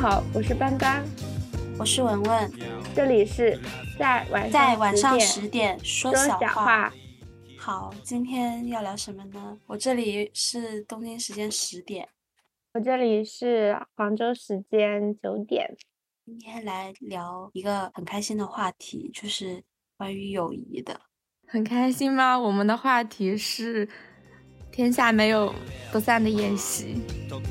好，我是班班， 我是文文， 这里是在晚上 10 10点说说小话。 小话。 好，今天要聊什么呢？我这里是东京时间10点， 我这里是杭州时间9点。 今天来聊一个很开心的话题，就是关于友谊的。 很开心吗？我们的话题是天下没有不散的宴席。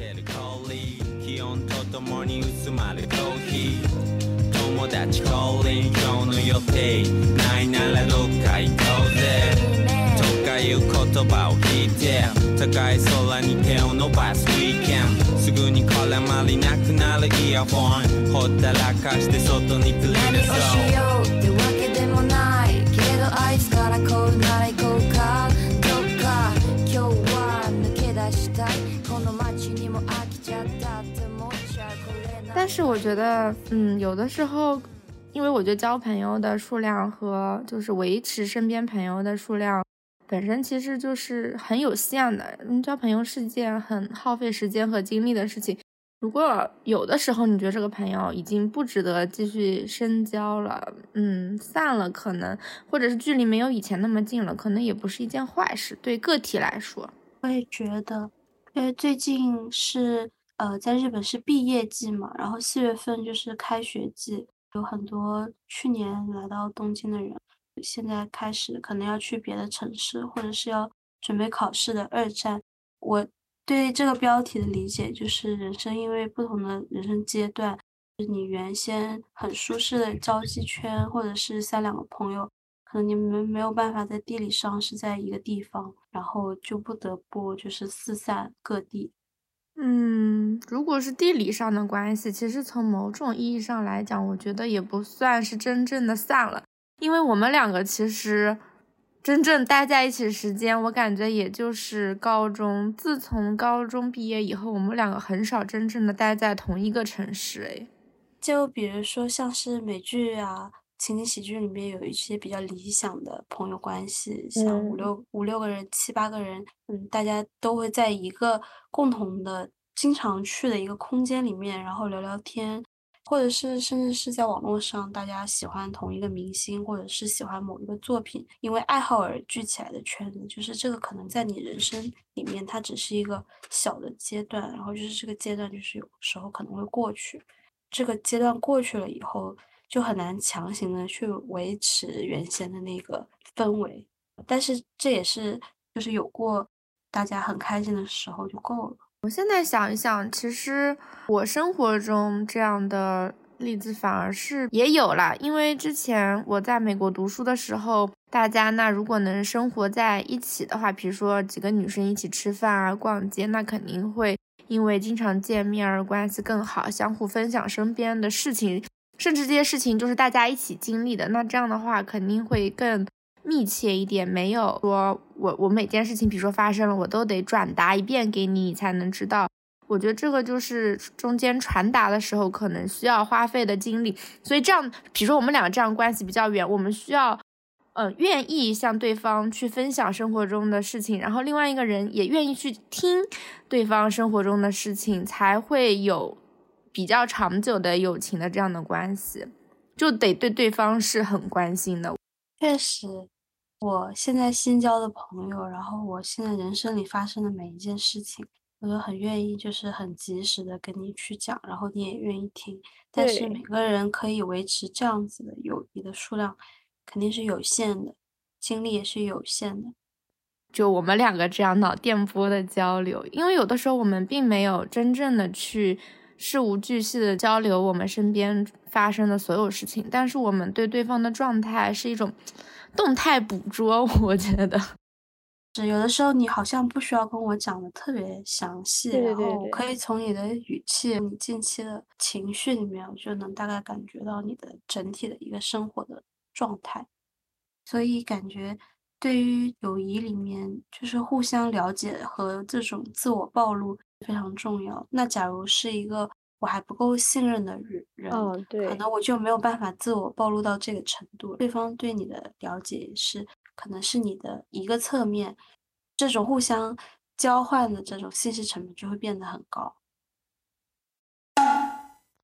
友達降臨今日の予定ないならどっか行こうぜとかいう言葉を聞いて高い空に手を伸ばす Weekend すぐに絡まりなくなるイヤホンほったらかして外に繰り出そう何をしようってわけでもないけれどあいつからこうなら行こうかどっか今日は抜け出したいこの街にも飽きちゃったって思っちゃうこれ但是我觉得有的时候因为我觉得交朋友的数量和就是维持身边朋友的数量本身其实就是很有限的，交朋友是件很耗费时间和精力的事情。如果有的时候你觉得这个朋友已经不值得继续深交了，散了可能，或者是距离没有以前那么近了，可能也不是一件坏事，对个体来说。 我也觉得，因为最近是在日本是毕业季嘛，然后4月份就是开学季，有很多去年来到东京的人，现在开始可能要去别的城市，或者是要准备考试的二战。我对这个标题的理解就是人生因为不同的人生阶段，就是你原先很舒适的交际圈，或者是3-2个朋友，可能你们没有办法在地理上是在一个地方，然后就不得不就是四散各地。 如果是地理上的关系，其实从某种意义上来讲，我觉得也不算是真正的散了，因为我们两个其实真正待在一起时间，我感觉也就是高中。自从高中毕业以后，我们两个很少真正的待在同一个城市。 就比如说像是美剧啊、情景喜剧里面有一些比较理想的朋友关系，像五六个人、7-8个人，大家都会在一个共同的、经常去的一个空间里面，然后聊聊天，或者是甚至是在网络上，大家喜欢同一个明星，或者是喜欢某一个作品，因为爱好而聚起来的圈子，就是这个可能在你人生里面，它只是一个小的阶段，然后就是这个阶段就是有时候可能会过去。这个阶段过去了以后，就很难强行的去维持原先的那个氛围，但是这也是就是有过大家很开心的时候就够了。 我现在想一想，其实我生活中这样的例子反而是也有啦，因为之前我在美国读书的时候，大家那如果能生活在一起的话，比如说几个女生一起吃饭啊、逛街，那肯定会因为经常见面而关系更好，相互分享身边的事情，甚至这些事情就是大家一起经历的，那这样的话肯定会更密切一点，没有说我每件事情比如说发生了我都得转达一遍给你才能知道。我觉得这个就是中间传达的时候可能需要花费的精力，所以这样比如说我们两个这样关系比较远，我们需要愿意向对方去分享生活中的事情，然后另外一个人也愿意去听对方生活中的事情，才会有比较长久的友情的这样的关系，就得对对方是很关心的。 确实，我现在新交的朋友，然后我现在人生里发生的每一件事情，我都很愿意就是很及时的跟你去讲，然后你也愿意听，但是每个人可以维持这样子的友谊的数量肯定是有限的，精力也是有限的。 就我们两个这样脑电波的交流，因为有的时候我们并没有真正的去事无巨细的交流我们身边发生的所有事情，但是我们对对方的状态是一种动态捕捉，我觉得有的时候你好像不需要跟我讲的特别详细， 对， 然后我可以从你的语气、你近期的情绪里面，我就能大概感觉到你的整体的一个生活的状态。所以感觉对于友谊里面，就是互相了解和这种自我暴露非常重要。那假如是一个我还不够信任的人，可能我就没有办法自我暴露到这个程度。对方对你的了解也是，可能是你的一个侧面，这种互相交换的这种信息成本就会变得很高。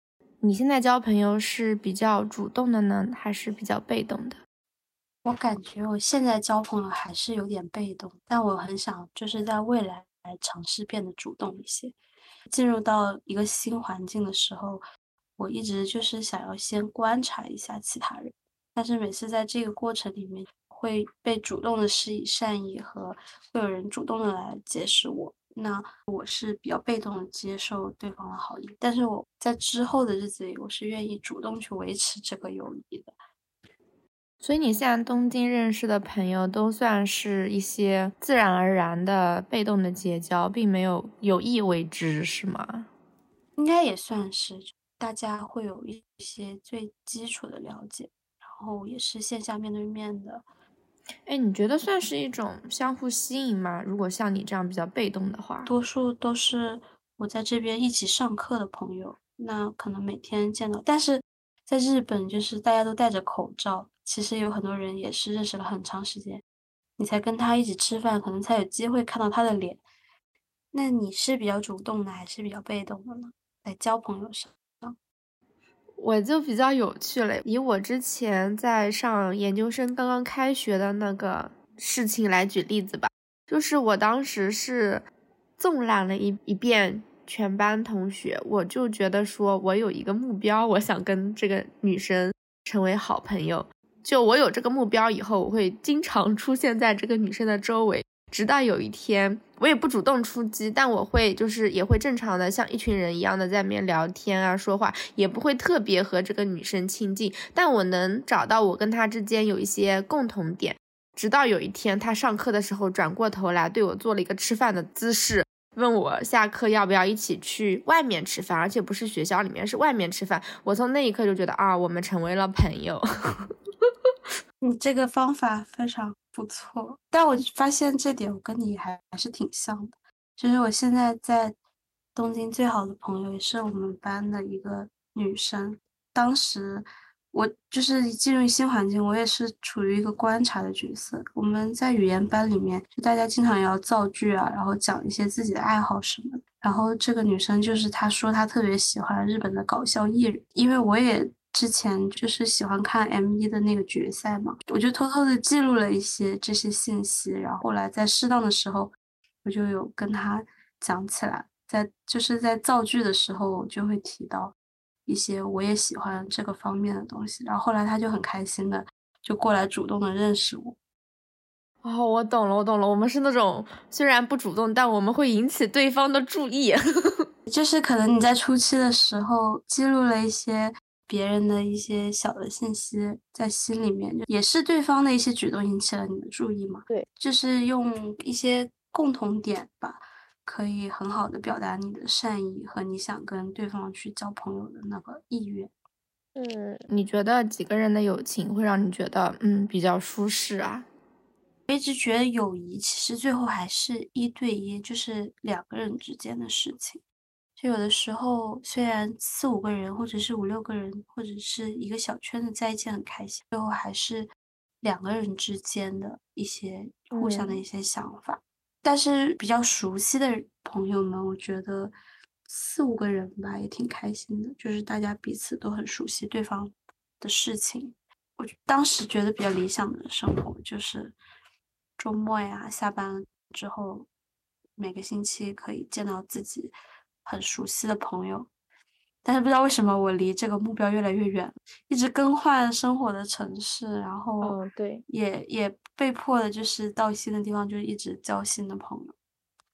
你现在交朋友是比较主动的呢，还是比较被动的？ 我感觉我现在交朋友还是有点被动，但我很想就是在未来尝试变得主动一些。进入到一个新环境的时候，我一直就是想要先观察一下其他人，但是每次在这个过程里面会被主动的施以善意和会有人主动的来结识我，那我是比较被动的接受对方的好意，但是我在之后的日子里，我是愿意主动去维持这个友谊的。 所以你现在东京认识的朋友都算是一些自然而然的被动的结交，并没有有意为之，是吗？ 应该也算是，大家会有一些最基础的了解，然后也是线下面对面的。 哎，你觉得算是一种相互吸引吗？如果像你这样比较被动的话， 多数都是我在这边一起上课的朋友，那可能每天见到，但是在日本就是大家都戴着口罩，其实有很多人也是认识了很长时间，你才跟他一起吃饭，可能才有机会看到他的脸。那你是比较主动的还是比较被动的呢？在交朋友上？ 我就比较有趣了。以我之前在上研究生刚刚开学的那个事情来举例子吧，就是我当时是纵览了一遍全班同学，我就觉得说我有一个目标，我想跟这个女生成为好朋友。就我有这个目标以后，我会经常出现在这个女生的周围，直到有一天我也不主动出击，但我会就是也会正常的像一群人一样的在那边聊天啊说话，也不会特别和这个女生亲近，但我能找到我跟她之间有一些共同点。直到有一天她上课的时候转过头来对我做了一个吃饭的姿势，问我下课要不要一起去外面吃饭，而且不是学校里面，是外面吃饭。我从那一刻就觉得啊，我们成为了朋友。 你这个方法非常不错，但我发现这点我跟你还是挺像的。就是我现在在东京最好的朋友也是我们班的一个女生。当时我就是进入新环境，我也是处于一个观察的角色。我们在语言班里面，就大家经常要造句啊，然后讲一些自己的爱好什么的。然后这个女生就是她说她特别喜欢日本的搞笑艺人，因为我也之前就是喜欢看 M1的那个决赛嘛，我就偷偷的记录了一些这些信息，然后后来在适当的时候，我就有跟她讲起来，就是在造句的时候，我就会提到一些我也喜欢这个方面的东西，然后后来她就很开心的就过来主动的认识我。 哦，我懂了，我们是那种虽然不主动，但我们会引起对方的注意。 就是可能你在初期的时候记录了一些别人的一些小的信息在心里面，也是对方的一些举动引起了你的注意嘛。 对， 就是用一些共同点吧，可以很好的表达你的善意和你想跟对方去交朋友的那个意愿。 你觉得几个人的友情会让你觉得比较舒适啊？ 我一直觉得友谊其实最后还是一对一，就是两个人之间的事情。就有的时候，虽然4、5个人，或者是5、6个人，或者是一个小圈子在一起很开心，最后还是两个人之间的一些互相的一些想法。但是比较熟悉的朋友们，我觉得4、5个人吧，也挺开心的，就是大家彼此都很熟悉对方的事情。我当时觉得比较理想的生活就是周末呀，下班之后，每个星期可以见到自己很熟悉的朋友。但是不知道为什么我离这个目标越来越远，一直更换生活的城市，然后对， 也被迫的就是到新的地方就一直交新的朋友。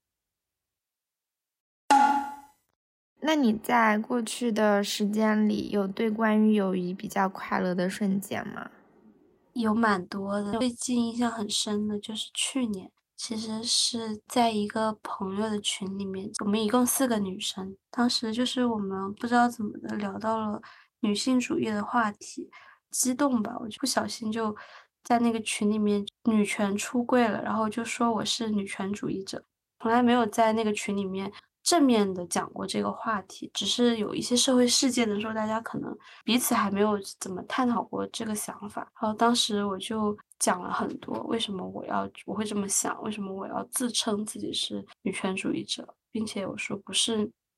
那你在过去的时间里有对关于友谊比较快乐的瞬间吗？ 有蛮多的，最近印象很深的就是去年，其实是在一个朋友的群里面，我们一共4个女生，当时就是我们不知道怎么的聊到了女性主义的话题，激动吧，我就不小心就在那个群里面女权出柜了，然后就说我是女权主义者，从来没有在那个群里面正面的讲过这个话题，只是有一些社会事件的时候，大家可能彼此还没有怎么探讨过这个想法。然后当时我就讲了很多，为什么我会这么想，为什么我要自称自己是女权主义者，并且我说不是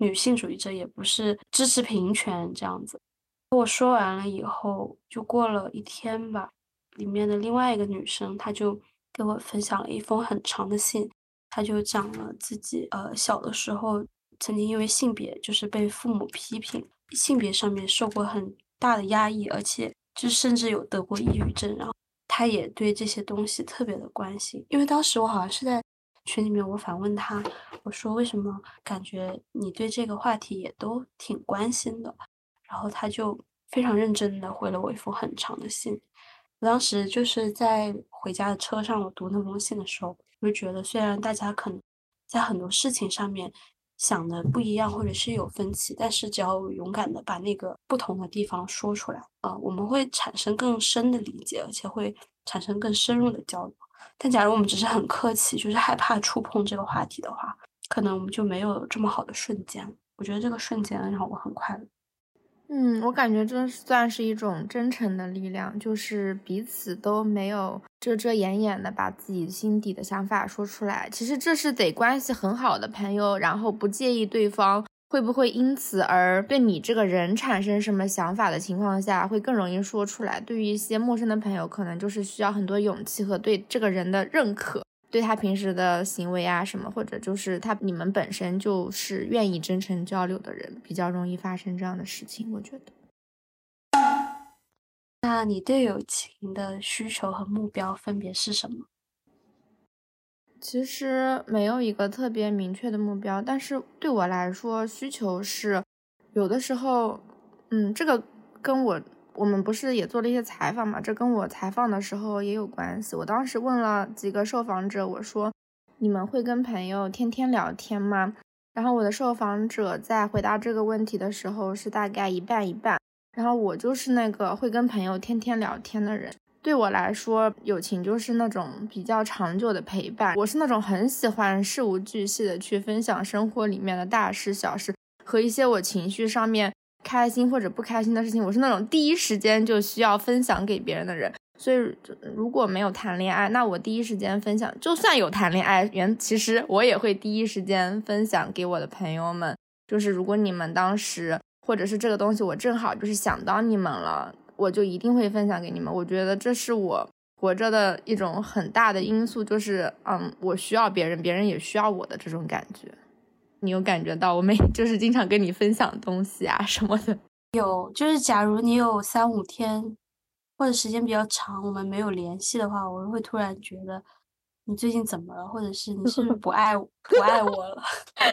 女性主义者，也不是支持平权这样子。我说完了以后，就过了1天吧，里面的另外一个女生，她就给我分享了一封很长的信，她就讲了自己小的时候曾经因为性别就是被父母批评，性别上面受过很大的压抑，而且就甚至有得过抑郁症，然后她也对这些东西特别的关心。因为当时我好像是在群里面，我反问她，我说为什么感觉你对这个话题也都挺关心的？然后他就非常认真的回了我一封很长的信。我当时就是在回家的车上，我读那封信的时候，我就觉得虽然大家可能在很多事情上面想的不一样，或者是有分歧，但是只要勇敢的把那个不同的地方说出来，我们会产生更深的理解，而且会产生更深入的交流。但假如我们只是很客气，就是害怕触碰这个话题的话，可能我们就没有这么好的瞬间。我觉得这个瞬间让我很快乐。 我感觉这算是一种真诚的力量，就是彼此都没有遮遮掩掩的把自己心底的想法说出来。其实这是得关系很好的朋友，然后不介意对方会不会因此而对你这个人产生什么想法的情况下，会更容易说出来。对于一些陌生的朋友，可能就是需要很多勇气和对这个人的认可，对他平时的行为啊什么，或者就是你们本身就是愿意真诚交流的人，比较容易发生这样的事情，我觉得。 那你对友情的需求和目标分别是什么？ 其实没有一个特别明确的目标，但是对我来说，需求是有的时候，这个跟我们不是也做了一些采访嘛，这跟我采访的时候也有关系。我当时问了几个受访者，我说你们会跟朋友天天聊天吗？然后我的受访者在回答这个问题的时候是大概一半一半，然后我就是那个会跟朋友天天聊天的人。对我来说，友情就是那种比较长久的陪伴。我是那种很喜欢事无巨细的去分享生活里面的大事小事和一些我情绪上面开心或者不开心的事情，我是那种第一时间就需要分享给别人的人。所以如果没有谈恋爱，那我第一时间分享，就算有谈恋爱，其实我也会第一时间分享给我的朋友们。就是如果你们当时或者是这个东西我正好就是想到你们了，我就一定会分享给你们。我觉得这是我活着的一种很大的因素，就是我需要别人，别人也需要我的这种感觉。你有感觉到我就是经常跟你分享东西啊什么的？ 有，就是假如你有3-5天或者时间比较长我们没有联系的话，我会突然觉得你最近怎么了，或者是你是不是不爱我了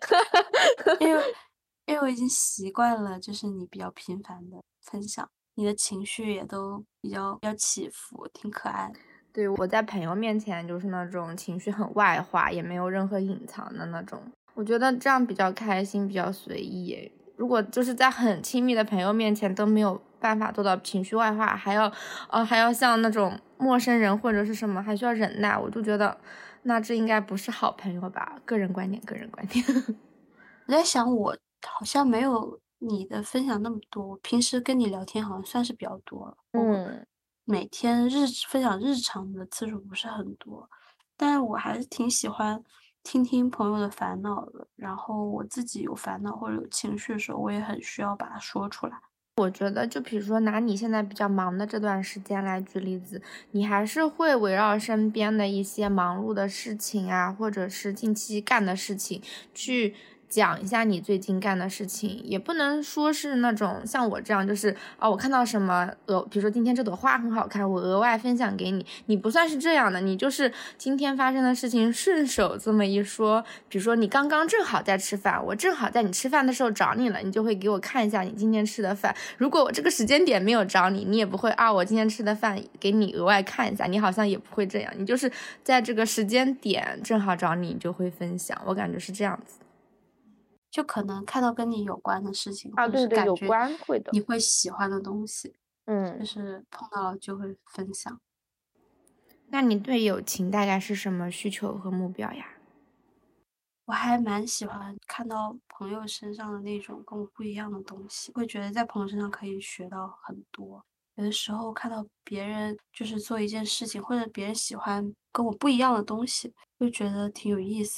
因为我已经习惯了就是你比较频繁的分享，你的情绪也都比较起伏，挺可爱的。 对，我在朋友面前就是那种情绪很外化，也没有任何隐藏的那种，我觉得这样比较开心，比较随意耶。如果就是在很亲密的朋友面前都没有办法做到情绪外化，还要像那种陌生人或者是什么还需要忍耐，我就觉得那这应该不是好朋友吧。个人观点我在想我好像没有你的分享那么多，我平时跟你聊天好像算是比较多了。每天分享日常的次数不是很多，但是我还是挺喜欢听听朋友的烦恼的，然后我自己有烦恼或者有情绪的时候，我也很需要把它说出来。 我觉得就比如说拿你现在比较忙的这段时间来举例子，你还是会围绕身边的一些忙碌的事情啊，或者是近期干的事情去讲一下你最近干的事情，也不能说是那种像我这样就是我看到什么比如说今天这朵花很好看，我额外分享给你，你不算是这样的，你就是今天发生的事情顺手这么一说。比如说你刚刚正好在吃饭，我正好在你吃饭的时候找你了，你就会给我看一下你今天吃的饭。如果我这个时间点没有找你，你也不会我今天吃的饭给你额外看一下，你好像也不会这样，你就是在这个时间点正好找你，你就会分享。我感觉是这样子， 就可能看到跟你有关的事情， 对对，有关会的， 你会喜欢的东西， 就是碰到了就会分享。 那你对友情大概是什么需求和目标呀？ 我还蛮喜欢看到朋友身上的那种跟我不一样的东西，会觉得在朋友身上可以学到很多。有的时候看到别人就是做一件事情，或者别人喜欢跟我不一样的东西，会觉得挺有意思的。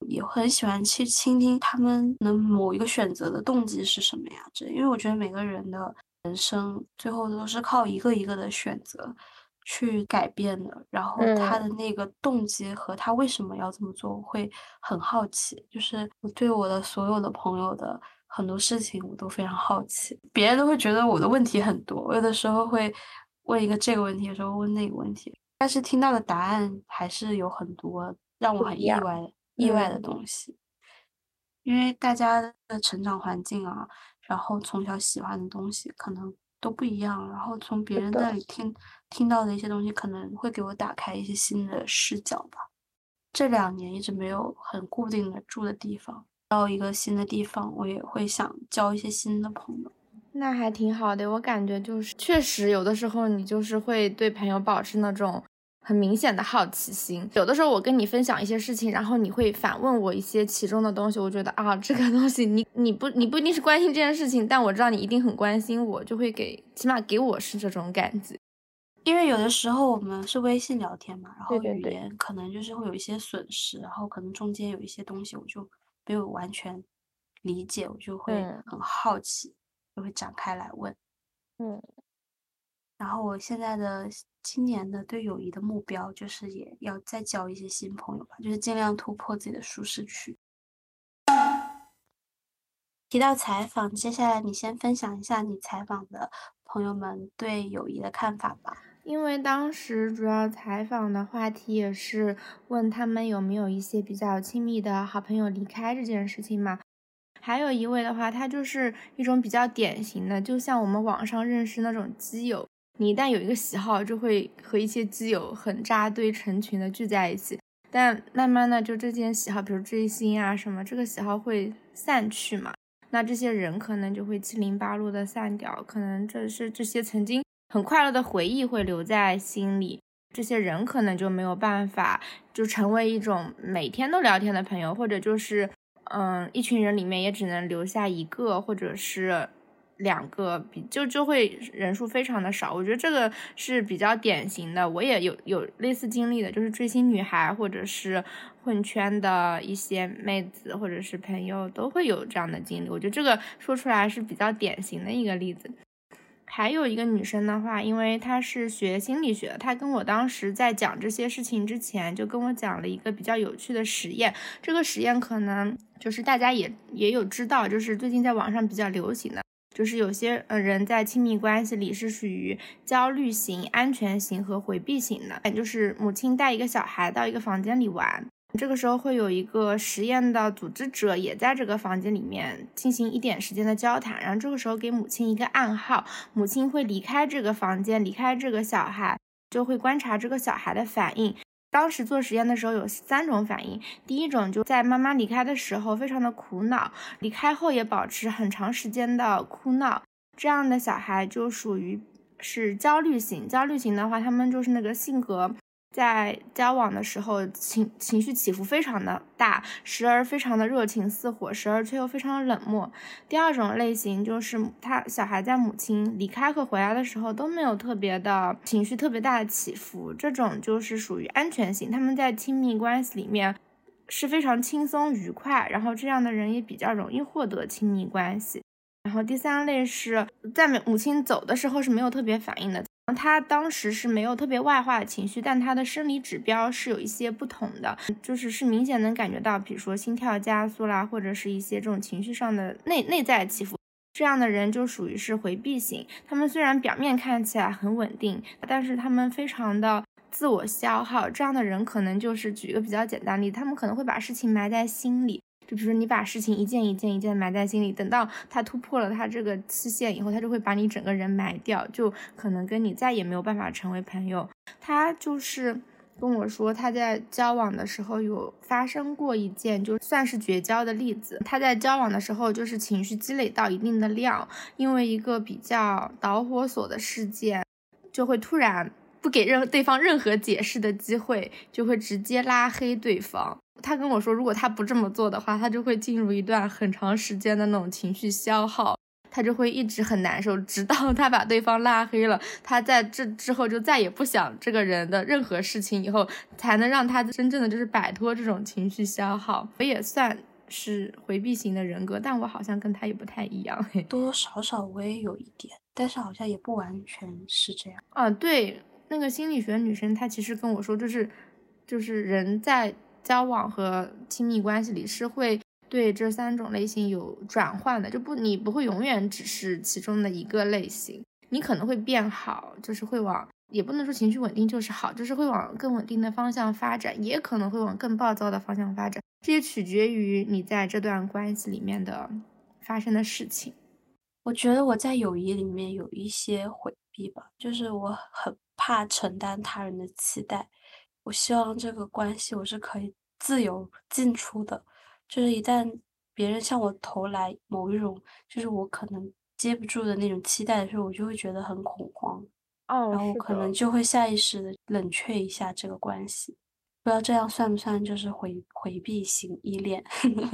也很喜欢去倾听他们某一个选择的动机是什么呀？因为我觉得每个人的人生最后都是靠一个一个的选择去改变的，然后他的那个动机和他为什么要这么做，我会很好奇。就是我对我的所有的朋友的很多事情我都非常好奇，别人都会觉得我的问题很多，我有的时候会问一个这个问题，有时候问那个问题，但是听到的答案还是有很多让我很意外的东西。因为大家的成长环境啊，然后从小喜欢的东西可能都不一样，然后从别人那里听到的一些东西，可能会给我打开一些新的视角吧。这2年一直没有很固定的住的地方，到一个新的地方，我也会想交一些新的朋友。 那还挺好的，我感觉就是确实有的时候你就是会对朋友保持那种很明显的好奇心，有的时候我跟你分享一些事情，然后你会反问我一些其中的东西，我觉得啊，这个东西你不一定是关心这件事情，但我知道你一定很关心我，就会起码给我是这种感觉。 因为有的时候我们是微信聊天嘛，然后对语言可能就是会有一些损失，然后可能中间有一些东西我就没有完全理解，我就会很好奇，就会展开来问。然后我现在的今年的对友谊的目标就是也要再交一些新朋友吧，就是尽量突破自己的舒适区。提到采访，接下来你先分享一下你采访的朋友们对友谊的看法吧。 因为当时主要采访的话题也是问他们有没有一些比较亲密的好朋友离开这件事情嘛。还有一位的话，他就是一种比较典型的，就像我们网上认识那种基友，你一旦有一个喜好，就会和一些基友很扎堆成群的聚在一起，但慢慢的就这件喜好，比如追星啊什么，这个喜好会散去嘛，那这些人可能就会七零八落的散掉，可能这些曾经很快乐的回忆会留在心里，这些人可能就没有办法就成为一种每天都聊天的朋友，或者就是一群人里面也只能留下1个或者是2个，就会人数非常的少。我觉得这个是比较典型的，我也有类似经历的，就是追星女孩或者是混圈的一些妹子或者是朋友都会有这样的经历，我觉得这个说出来是比较典型的一个例子。还有一个女生的话，因为她是学心理学的，她跟我当时在讲这些事情之前就跟我讲了一个比较有趣的实验，这个实验可能就是大家也有知道，就是最近在网上比较流行的，就是有些人在亲密关系里是属于焦虑型、安全型和回避型的，就是母亲带一个小孩到一个房间里玩，这个时候会有一个实验的组织者也在这个房间里面进行1点时间的交谈，然后这个时候给母亲一个暗号，母亲会离开这个房间，离开这个小孩，就会观察这个小孩的反应。当时做实验的时候有3种反应，第一种就在妈妈离开的时候非常的苦恼，离开后也保持很长时间的哭闹，这样的小孩就属于是焦虑型。焦虑型的话，他们就是那个性格在交往的时候情绪起伏非常的大，时而非常的热情似火，时而却又非常的冷漠。第二种类型就是小孩在母亲离开和回来的时候都没有特别的情绪特别大的起伏，这种就是属于安全型，他们在亲密关系里面是非常轻松愉快，然后这样的人也比较容易获得亲密关系。然后第3类是在母亲走的时候是没有特别反应的，他当时是没有特别外化的情绪，但他的生理指标是有一些不同的，就是明显能感觉到，比如说心跳加速啦，或者是一些这种情绪上的内在起伏。这样的人就属于是回避型，他们虽然表面看起来很稳定，但是他们非常的自我消耗。这样的人可能就是举一个比较简单的例子，他们可能会把事情埋在心里，就比如说你把事情一件一件一件埋在心里，等到他突破了他这个期限以后，他就会把你整个人埋掉，就可能跟你再也没有办法成为朋友。他就是跟我说他在交往的时候有发生过一件就算是绝交的例子，他在交往的时候就是情绪积累到一定的量，因为一个比较导火索的事件就会突然不给对方任何解释的机会，就会直接拉黑对方。他跟我说如果他不这么做的话，他就会进入一段很长时间的那种情绪消耗， 他就会一直很难受，直到他把对方拉黑了，他在这之后就再也不想这个人的任何事情，以后才能让他真正的就是摆脱这种情绪消耗。我也算是回避型的人格，但我好像跟他也不太一样。 多多少少我也有一点，但是好像也不完全是这样啊。对，那个心理学女生她其实跟我说，就是人在交往和亲密关系里是会对这3种类型有转换的，你不会永远只是其中的一个类型，你可能会变好，就是会往，也不能说情绪稳定就是好，就是会往更稳定的方向发展，也可能会往更暴躁的方向发展，这也取决于你在这段关系里面的发生的事情。 我觉得我在友谊里面有一些回避吧，就是我很怕承担他人的期待，我希望这个关系我是可以自由进出的，就是一旦别人向我投来某一种就是我可能接不住的那种期待的时候，我就会觉得很恐慌，然后我可能就会下意识的冷却一下这个关系，不知道这样算不算就是回避型依恋。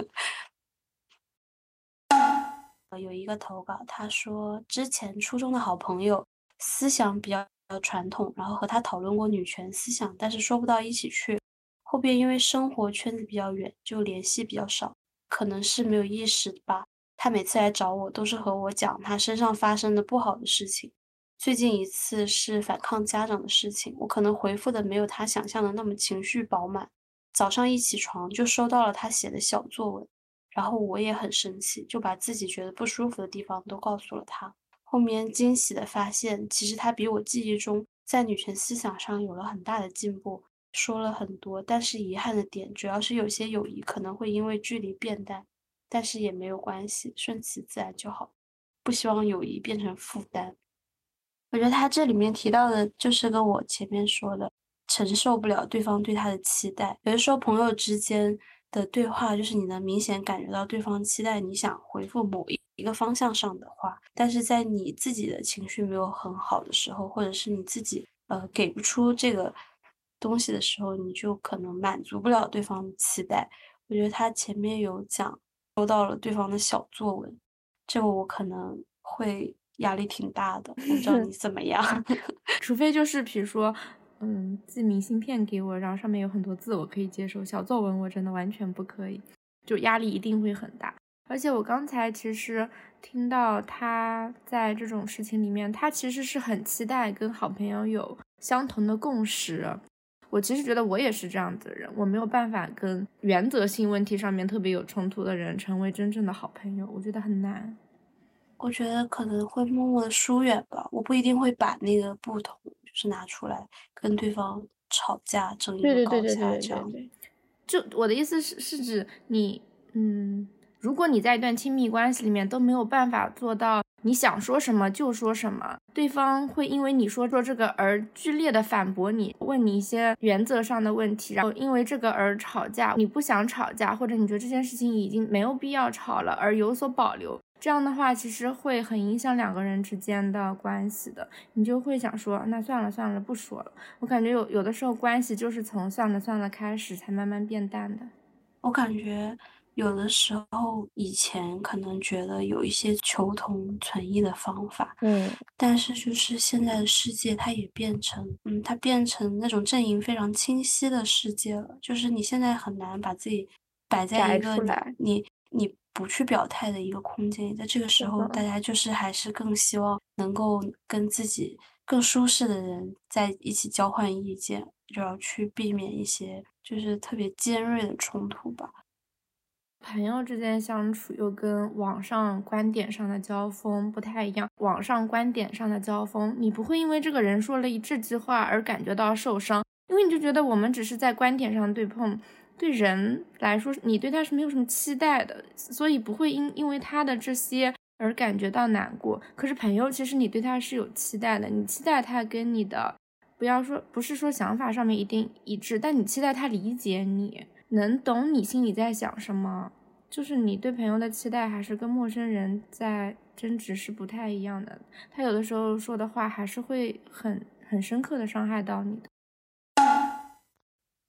有一个投稿，他说之前初中的好朋友思想比较传统，然后和他讨论过女权思想，但是说不到一起去，后边因为生活圈子比较远，就联系比较少，可能是没有意识吧。他每次来找我都是和我讲他身上发生的不好的事情，最近一次是反抗家长的事情，我可能回复的没有他想象的那么情绪饱满，早上一起床就收到了他写的小作文，然后我也很生气，就把自己觉得不舒服的地方都告诉了他。后面惊喜的发现，其实他比我记忆中在女权思想上有了很大的进步，说了很多，但是遗憾的点主要是有些友谊可能会因为距离变淡，但是也没有关系，顺其自然就好，不希望友谊变成负担。我觉得他这里面提到的就是跟我前面说的承受不了对方对他的期待，有的时候朋友之间的对话就是你能明显感觉到对方期待你想回复某一个方向上的话，但是在你自己的情绪没有很好的时候，或者是你自己给不出这个东西的时候，你就可能满足不了对方的期待。我觉得他前面有讲收到了对方的小作文，这个我可能会压力挺大的，我不知道你怎么样。 除非就是比如说寄明信片给我，然后上面有很多字我可以接受，小作文我真的完全不可以，就压力一定会很大。而且我刚才其实听到他在这种事情里面，他其实是很期待跟好朋友有相同的共识。我其实觉得我也是这样子的人，我没有办法跟原则性问题上面特别有冲突的人成为真正的好朋友，我觉得很难。 我觉得可能会默默的疏远吧，我不一定会把那个不同就是拿出来跟对方吵架争一个高下这样。 就我的意思是指你如果你在一段亲密关系里面都没有办法做到你想说什么就说什么，对方会因为你说这个而剧烈的反驳你，问你一些原则上的问题，然后因为这个而吵架，你不想吵架，或者你觉得这件事情已经没有必要吵了而有所保留，这样的话其实会很影响两个人之间的关系的，你就会想说那算了不说了。我感觉有的时候关系就是从算了开始才慢慢变淡的。 我感觉有的时候以前可能觉得有一些求同存异的方法，但是就是现在的世界它也变成它变成那种阵营非常清晰的世界了，就是你现在很难把自己摆在一个你不去表态的一个空间里，在这个时候大家就是还是更希望能够跟自己更舒适的人在一起交换意见，就要去避免一些就是特别尖锐的冲突吧。 朋友之间相处又跟网上观点上的交锋不太一样，网上观点上的交锋你不会因为这个人说了这句话而感觉到受伤，因为你就觉得我们只是在观点上对碰，对人来说你对他是没有什么期待的，所以不会因为他的这些而感觉到难过。可是朋友其实你对他是有期待的，你期待他跟你的不是说想法上面一定一致，但你期待他理解你，能懂你心里在想什么，就是你对朋友的期待还是跟陌生人在争执是不太一样的，他有的时候说的话还是会很深刻的伤害到你的。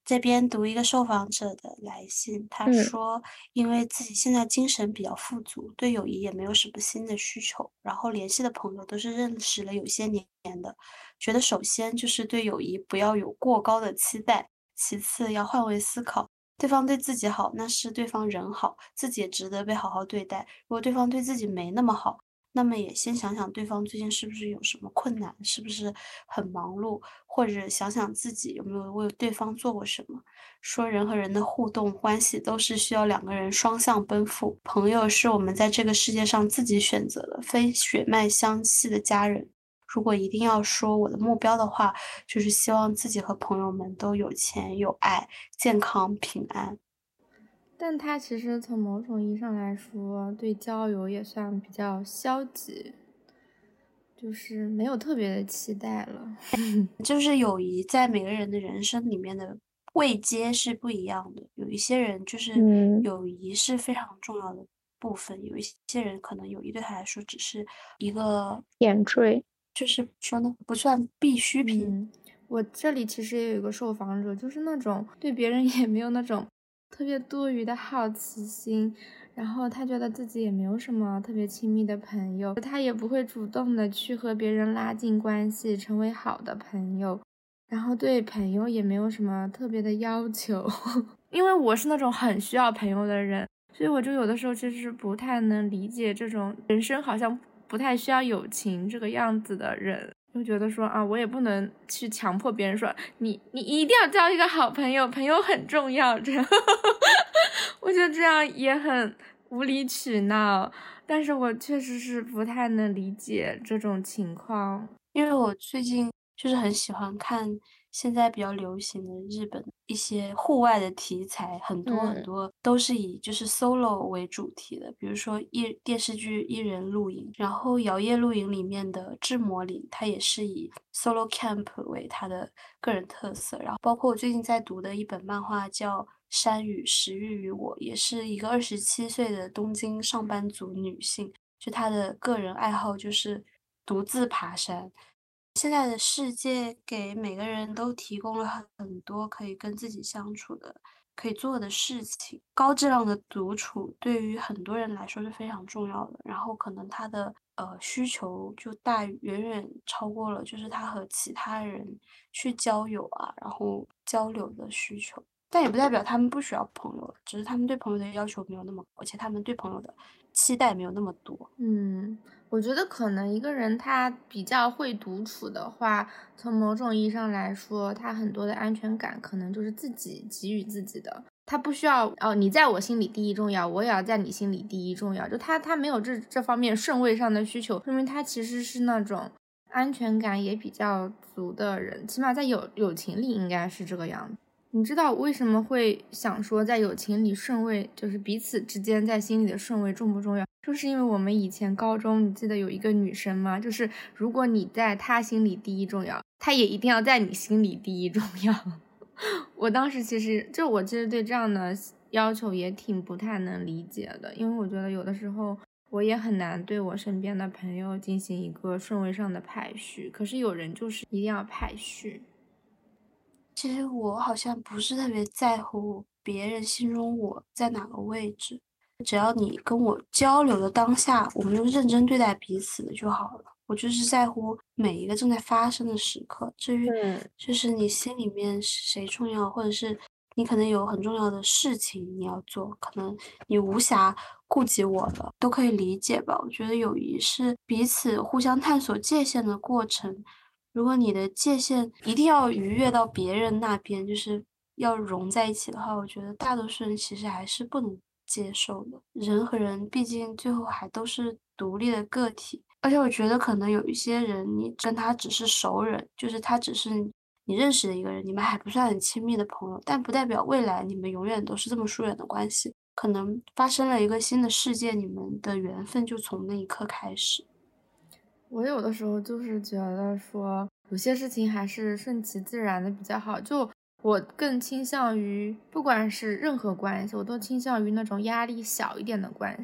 这边读一个受访者的来信，他说因为自己现在精神比较富足，对友谊也没有什么新的需求，然后联系的朋友都是认识了有些年的，觉得首先就是对友谊不要有过高的期待，其次要换位思考，对方对自己好，那是对方人好，自己也值得被好好对待。如果对方对自己没那么好，那么也先想想对方最近是不是有什么困难，是不是很忙碌，或者想想自己有没有为对方做过什么。说人和人的互动关系都是需要两个人双向奔赴，朋友是我们在这个世界上自己选择的，非血脉相系的家人。如果一定要说我的目标的话，就是希望自己和朋友们都有钱有爱，健康平安。 但他其实从某种意义上来说，对交友也算比较消极，就是没有特别的期待了。 就是友谊在每个人的人生里面的位阶是不一样的，有一些人就是友谊是非常重要的部分，有一些人可能友谊对他来说只是一个点缀， 就是说呢，不算必需品。 我这里其实也有一个受访者，就是那种对别人也没有那种特别多余的好奇心，然后他觉得自己也没有什么特别亲密的朋友，他也不会主动的去和别人拉近关系，成为好的朋友，然后对朋友也没有什么特别的要求。因为我是那种很需要朋友的人，所以我就有的时候其实不太能理解这种人生好像不太需要友情这个样子的人，就觉得说啊，我也不能去强迫别人说你一定要交一个好朋友，朋友很重要，这样我觉得这样也很无理取闹，但是我确实是不太能理解这种情况。 因为我最近就是很喜欢看现在比较流行的日本一些户外的题材，很多都是以就是 solo 为主题的，比如说电视剧一人露营，然后摇曳露营里面的志摩林，它也是以 solo camp 为它的个人特色，然后包括我最近在读的一本漫画叫山与时日与我，也是一个27岁的东京上班族女性，就她的个人爱好就是独自爬山。现在的世界给每个人都提供了很多可以跟自己相处的、可以做的事情。高质量的独处对于很多人来说是非常重要的，然后可能他的需求就远远超过了就是他和其他人去交友啊，然后交流的需求。但也不代表他们不需要朋友，只是他们对朋友的要求没有那么高，而且他们对朋友的期待没有那么多。 我觉得可能一个人他比较会独处的话，从某种意义上来说，他很多的安全感可能就是自己给予自己的，他不需要你在我心里第一重要，我也要在你心里第一重要，就他没有这方面顺位上的需求，说明他其实是那种安全感也比较足的人，起码在友情里应该是这个样子。你知道为什么会想说在友情里顺位，就是彼此之间在心里的顺位重不重要？就是因为我们以前高中，你记得有一个女生吗？就是如果你在她心里第一重要，她也一定要在你心里第一重要。我当时其实对这样的要求也挺不太能理解的，因为我觉得有的时候我也很难对我身边的朋友进行一个顺位上的排序，可是有人就是一定要排序。 其实我好像不是特别在乎别人心中我在哪个位置，只要你跟我交流的当下，我们就认真对待彼此的就好了。我就是在乎每一个正在发生的时刻，至于就是你心里面谁重要，或者是你可能有很重要的事情你要做，可能你无暇顾及我了，都可以理解吧。我觉得友谊是彼此互相探索界限的过程。如果你的界限一定要逾越到别人那边，就是要融在一起的话，我觉得大多数人其实还是不能接受的。人和人毕竟最后还都是独立的个体，而且我觉得可能有一些人，你跟他只是熟人，就是他只是你认识的一个人，你们还不算很亲密的朋友，但不代表未来你们永远都是这么疏远的关系。可能发生了一个新的事件，你们的缘分就从那一刻开始。 我有的时候就是觉得说有些事情还是顺其自然的比较好，就我更倾向于不管是任何关系，我都倾向于那种压力小一点的关系，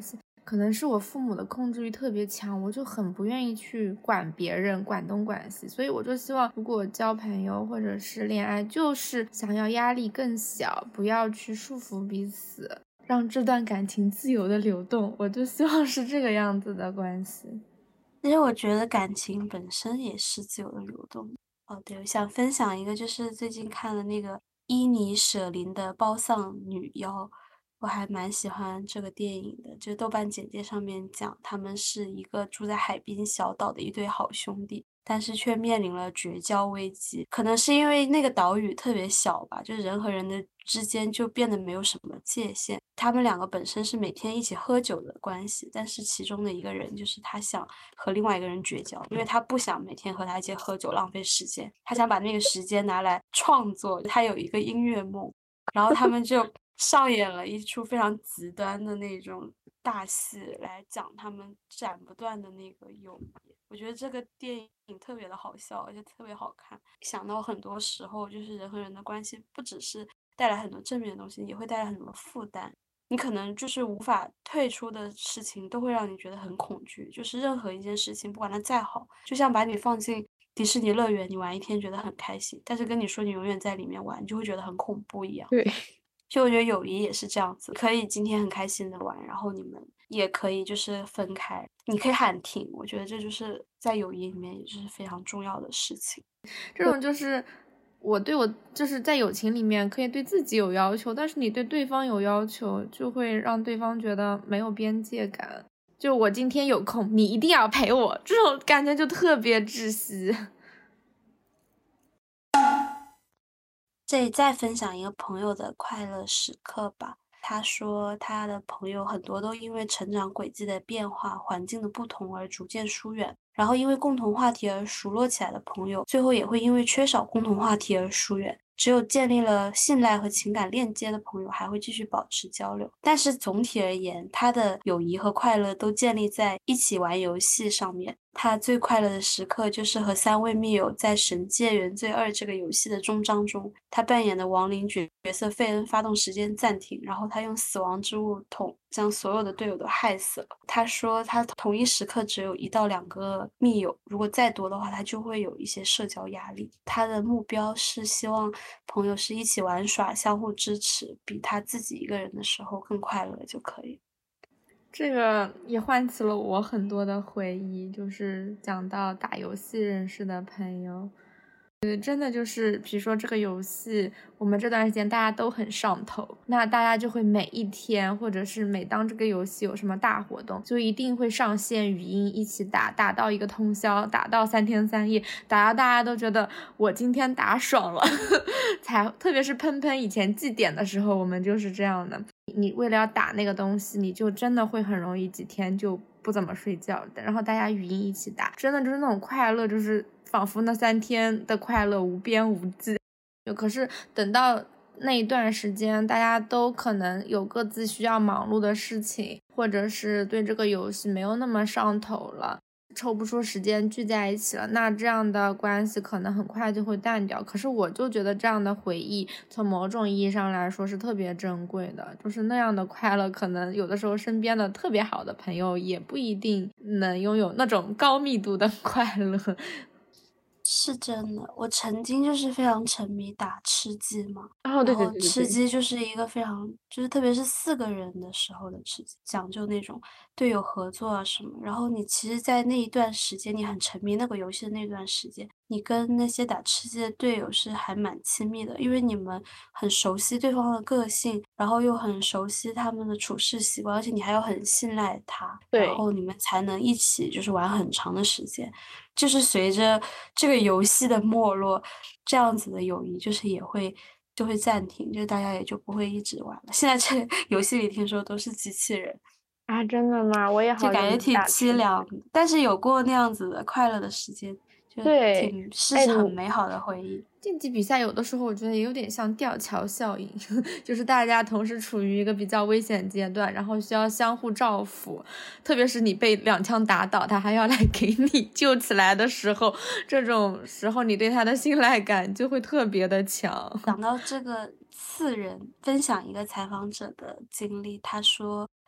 可能是我父母的控制欲特别强，我就很不愿意去管别人，管东管西，所以我就希望如果交朋友或者是恋爱，就是想要压力更小，不要去束缚彼此，让这段感情自由的流动，我就希望是这个样子的关系。 其实我觉得感情本身也是自由的流动。哦，对，我想分享一个，就是最近看了那个伊尼舍林的《包丧女妖》，我还蛮喜欢这个电影的。就豆瓣简介上面讲，他们是一个住在海滨小岛的一对好兄弟，但是却面临了绝交危机。可能是因为那个岛屿特别小吧，就人和人的之间就变得没有什么界限。他们两个本身是每天一起喝酒的关系，但是其中的一个人就是他想和另外一个人绝交，因为他不想每天和他一起喝酒浪费时间，他想把那个时间拿来创作，他有一个音乐梦。然后他们就上演了一出非常极端的那种大戏，来讲他们斩不断的那个友谊。我觉得这个电影特别的好笑，而且特别好看。想到很多时候，就是人和人的关系，不只是带来很多正面的东西，也会带来很多负担。你可能就是无法退出的事情，都会让你觉得很恐惧。就是任何一件事情，不管它再好，就像把你放进迪士尼乐园，你玩一天觉得很开心，但是跟你说你永远在里面玩，你就会觉得很恐怖一样。 对， 就我觉得友谊也是这样子，可以今天很开心的玩，然后你们也可以就是分开，你可以喊停。我觉得这就是在友谊里面也是非常重要的事情。 这种就是我就是在友情里面可以对自己有要求，但是你对对方有要求，就会让对方觉得没有边界感。就我今天有空，你一定要陪我，这种感觉就特别窒息。 这里再分享一个朋友的快乐时刻吧。他说他的朋友很多都因为成长轨迹的变化、环境的不同而逐渐疏远，然后因为共同话题而熟络起来的朋友，最后也会因为缺少共同话题而疏远。只有建立了信赖和情感链接的朋友还会继续保持交流。但是总体而言，他的友谊和快乐都建立在一起玩游戏上面。他最快乐的时刻就是和3位密友在《神界原罪2》这个游戏的终章中，他扮演的亡灵角色费恩发动时间暂停，然后他用死亡之物桶将所有的队友都害死了。他说他同一时刻只有1到2个密友，如果再多的话他就会有一些社交压力。他的目标是希望朋友是一起玩耍，相互支持，比他自己一个人的时候更快乐就可以。 这个也唤起了我很多的回忆，就是讲到打游戏认识的朋友。真的就是比如说这个游戏我们这段时间大家都很上头，那大家就会每一天或者是每当这个游戏有什么大活动，就一定会上线语音一起打到一个通宵，打到3天3夜，打到大家都觉得我今天打爽了特别是喷喷以前祭典的时候，我们就是这样的，你为了要打那个东西，你就真的会很容易几天就不怎么睡觉，然后大家语音一起打，真的就是那种快乐，就是仿佛那3天的快乐无边无际。可是等到那一段时间，大家都可能有各自需要忙碌的事情，或者是对这个游戏没有那么上头了，抽不出时间聚在一起了，那这样的关系可能很快就会淡掉。可是我就觉得这样的回忆从某种意义上来说是特别珍贵的，就是那样的快乐，可能有的时候身边的特别好的朋友也不一定能拥有那种高密度的快乐。 是真的，我曾经就是非常沉迷打吃鸡嘛， 对， 然后吃鸡就是一个非常，就是特别是4个人的时候的吃鸡，讲究那种队友合作啊什么。然后你其实，在那一段时间，你很沉迷那个游戏的那段时间，你跟那些打吃鸡的队友是还蛮亲密的，因为你们很熟悉对方的个性，然后又很熟悉他们的处事习惯，而且你还要很信赖他，然后你们才能一起就是玩很长的时间。就是随着这个游戏的没落，这样子的友谊就是就会暂停，就大家也就不会一直玩了。现在这游戏里听说都是机器人啊，真的吗？我也好就感觉挺凄凉，但是有过那样子的快乐的时间，就是很美好的回忆。 竞技比赛有的时候我觉得也有点像吊桥效应，就是大家同时处于一个比较危险阶段，然后需要相互照拂，特别是你被2枪打倒，他还要来给你救起来的时候，这种时候你对他的信赖感就会特别的强。 讲到这个4人，分享一个采访者的经历，他说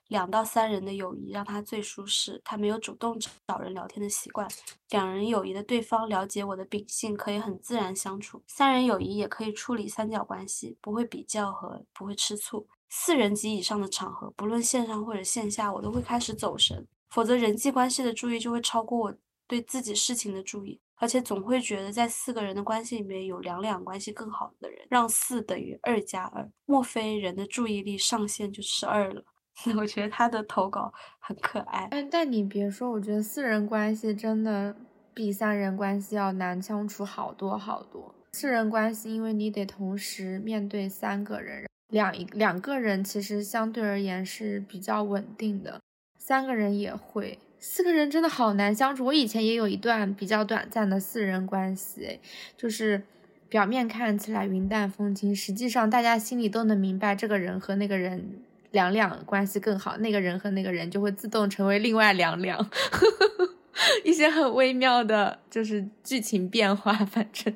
2到3人的友谊让他最舒适，他没有主动找人聊天的习惯。2人友谊的对方了解我的秉性，可以很自然相处。3人友谊也可以处理三角关系，不会比较和不会吃醋。4人及以上的场合，不论线上或者线下，我都会开始走神，否则人际关系的注意就会超过我对自己事情的注意，而且总会觉得在4个人的关系里面有2关系更好的人，让4等于2+2，莫非人的注意力上限就是2了？我觉得他的投稿很可爱。 但你别说，我觉得4人关系真的比3人关系要难相处好多好多。4人关系因为你得同时面对3个人，两个人其实相对而言是比较稳定的，3个人也会，4个人真的好难相处。我以前也有一段比较短暂的4人关系，就是表面看起来云淡风轻，实际上大家心里都能明白这个人和那个人两关系更好，那个人和那个人就会自动成为另外两一些很微妙的就是剧情变化。反正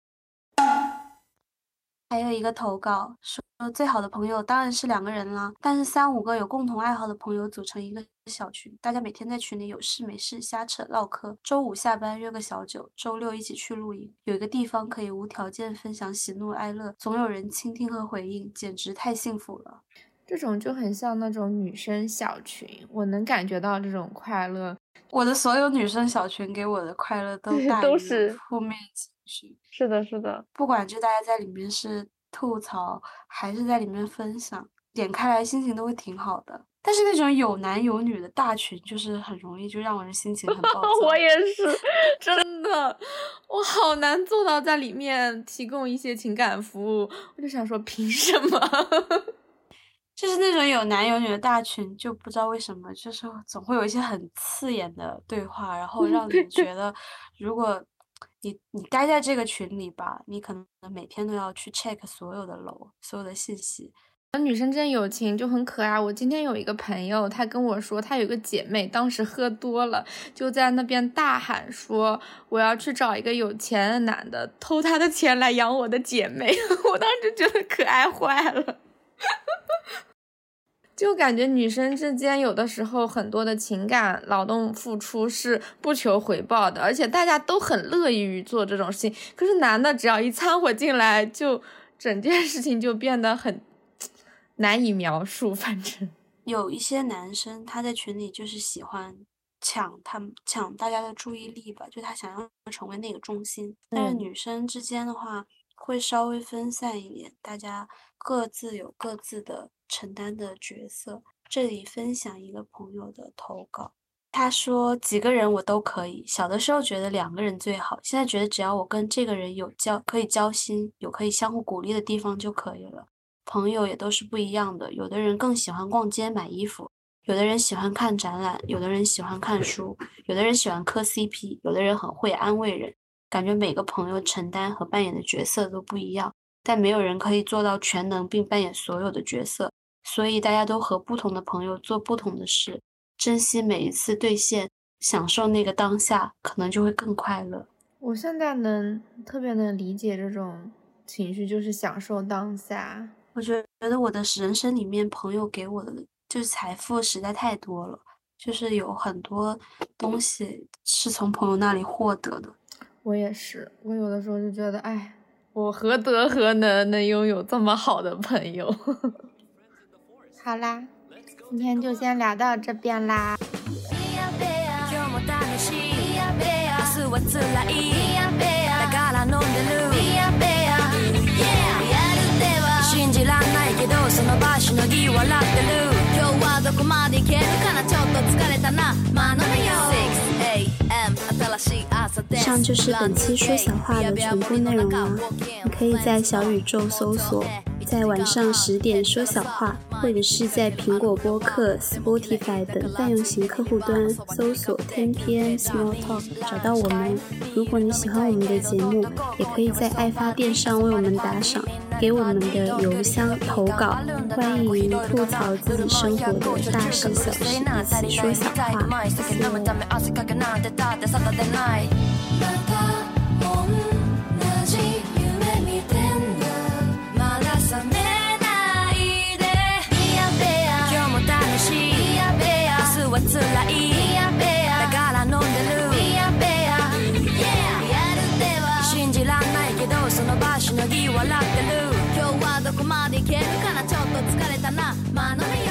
还有一个投稿说，最好的朋友当然是2个人啦，但是3、5个有共同爱好的朋友组成一个小群，大家每天在群里有事没事瞎扯唠嗑，周5下班约个小酒，周6一起去露营，有一个地方可以无条件分享喜怒哀乐，总有人倾听和回应，简直太幸福了。 这种就很像那种女生小群，我能感觉到这种快乐。 我的所有女生小群给我的快乐都大于负面情绪。 是的是的， 不管就大家在里面是吐槽还是在里面分享，点开来心情都会挺好的。但是那种有男有女的大群就是很容易就让人心情很暴躁。 我也是， 真的，我好难做到在里面提供一些情感服务。我就想说凭什么就是那种有男有女的大群，就不知道为什么就是总会有一些很刺眼的对话，然后让你觉得如果你待在这个群里吧，你可能每天都要去 check 所有的楼，所有的信息。 女生之间友情就很可爱。我今天有一个朋友，她跟我说她有个姐妹当时喝多了，就在那边大喊说我要去找一个有钱的男的偷她的钱来养我的姐妹。我当时就觉得可爱坏了。就感觉女生之间有的时候很多的情感劳动付出是不求回报的，而且大家都很乐意于做这种事情。可是男的只要一掺和进来，就整件事情就变得很难以描述。反正有一些男生他在群里就是喜欢抢大家的注意力吧，就他想要成为那个中心。但是女生之间的话会稍微分散一点，大家各自有各自的承担的角色。这里分享一个朋友的投稿，他说几个人我都可以，小的时候觉得2个人最好，现在觉得只要我跟这个人可以交心，有可以相互鼓励的地方就可以了。朋友也都是不一样的，有的人更喜欢逛街买衣服，有的人喜欢看展览，有的人喜欢看书，有的人喜欢磕 CP， 有的人很会安慰人。感觉每个朋友承担和扮演的角色都不一样，但没有人可以做到全能并扮演所有的角色，所以大家都和不同的朋友做不同的事，珍惜每一次兑现，享受那个当下，可能就会更快乐。 我现在特别能理解这种情绪，就是享受当下。 我觉得我的人生里面朋友给我的就是财富实在太多了，就是有很多东西是从朋友那里获得的。 我也是，我有的时候就觉得哎，我何德何能拥有这么好的朋友。好啦，今天就先聊到这边啦。信じらんないけどその場しのぎ笑ってる今日はどこまで行けるかなちょっと疲れたなまあ飲めよ 6am 新しい朝以上就是本期说小话的全部内容了。你可以在小宇宙搜索在晚上10点说小话，或者是在苹果播客 Spotify 等泛用型客户端搜索 10pm Small Talk 找到我们。如果你喜欢我们的节目，也可以在爱发电上为我们打赏，给我们的邮箱投稿，欢迎吐槽自己生活的大事小事，一起说小话。谢谢。 まあ飲めよ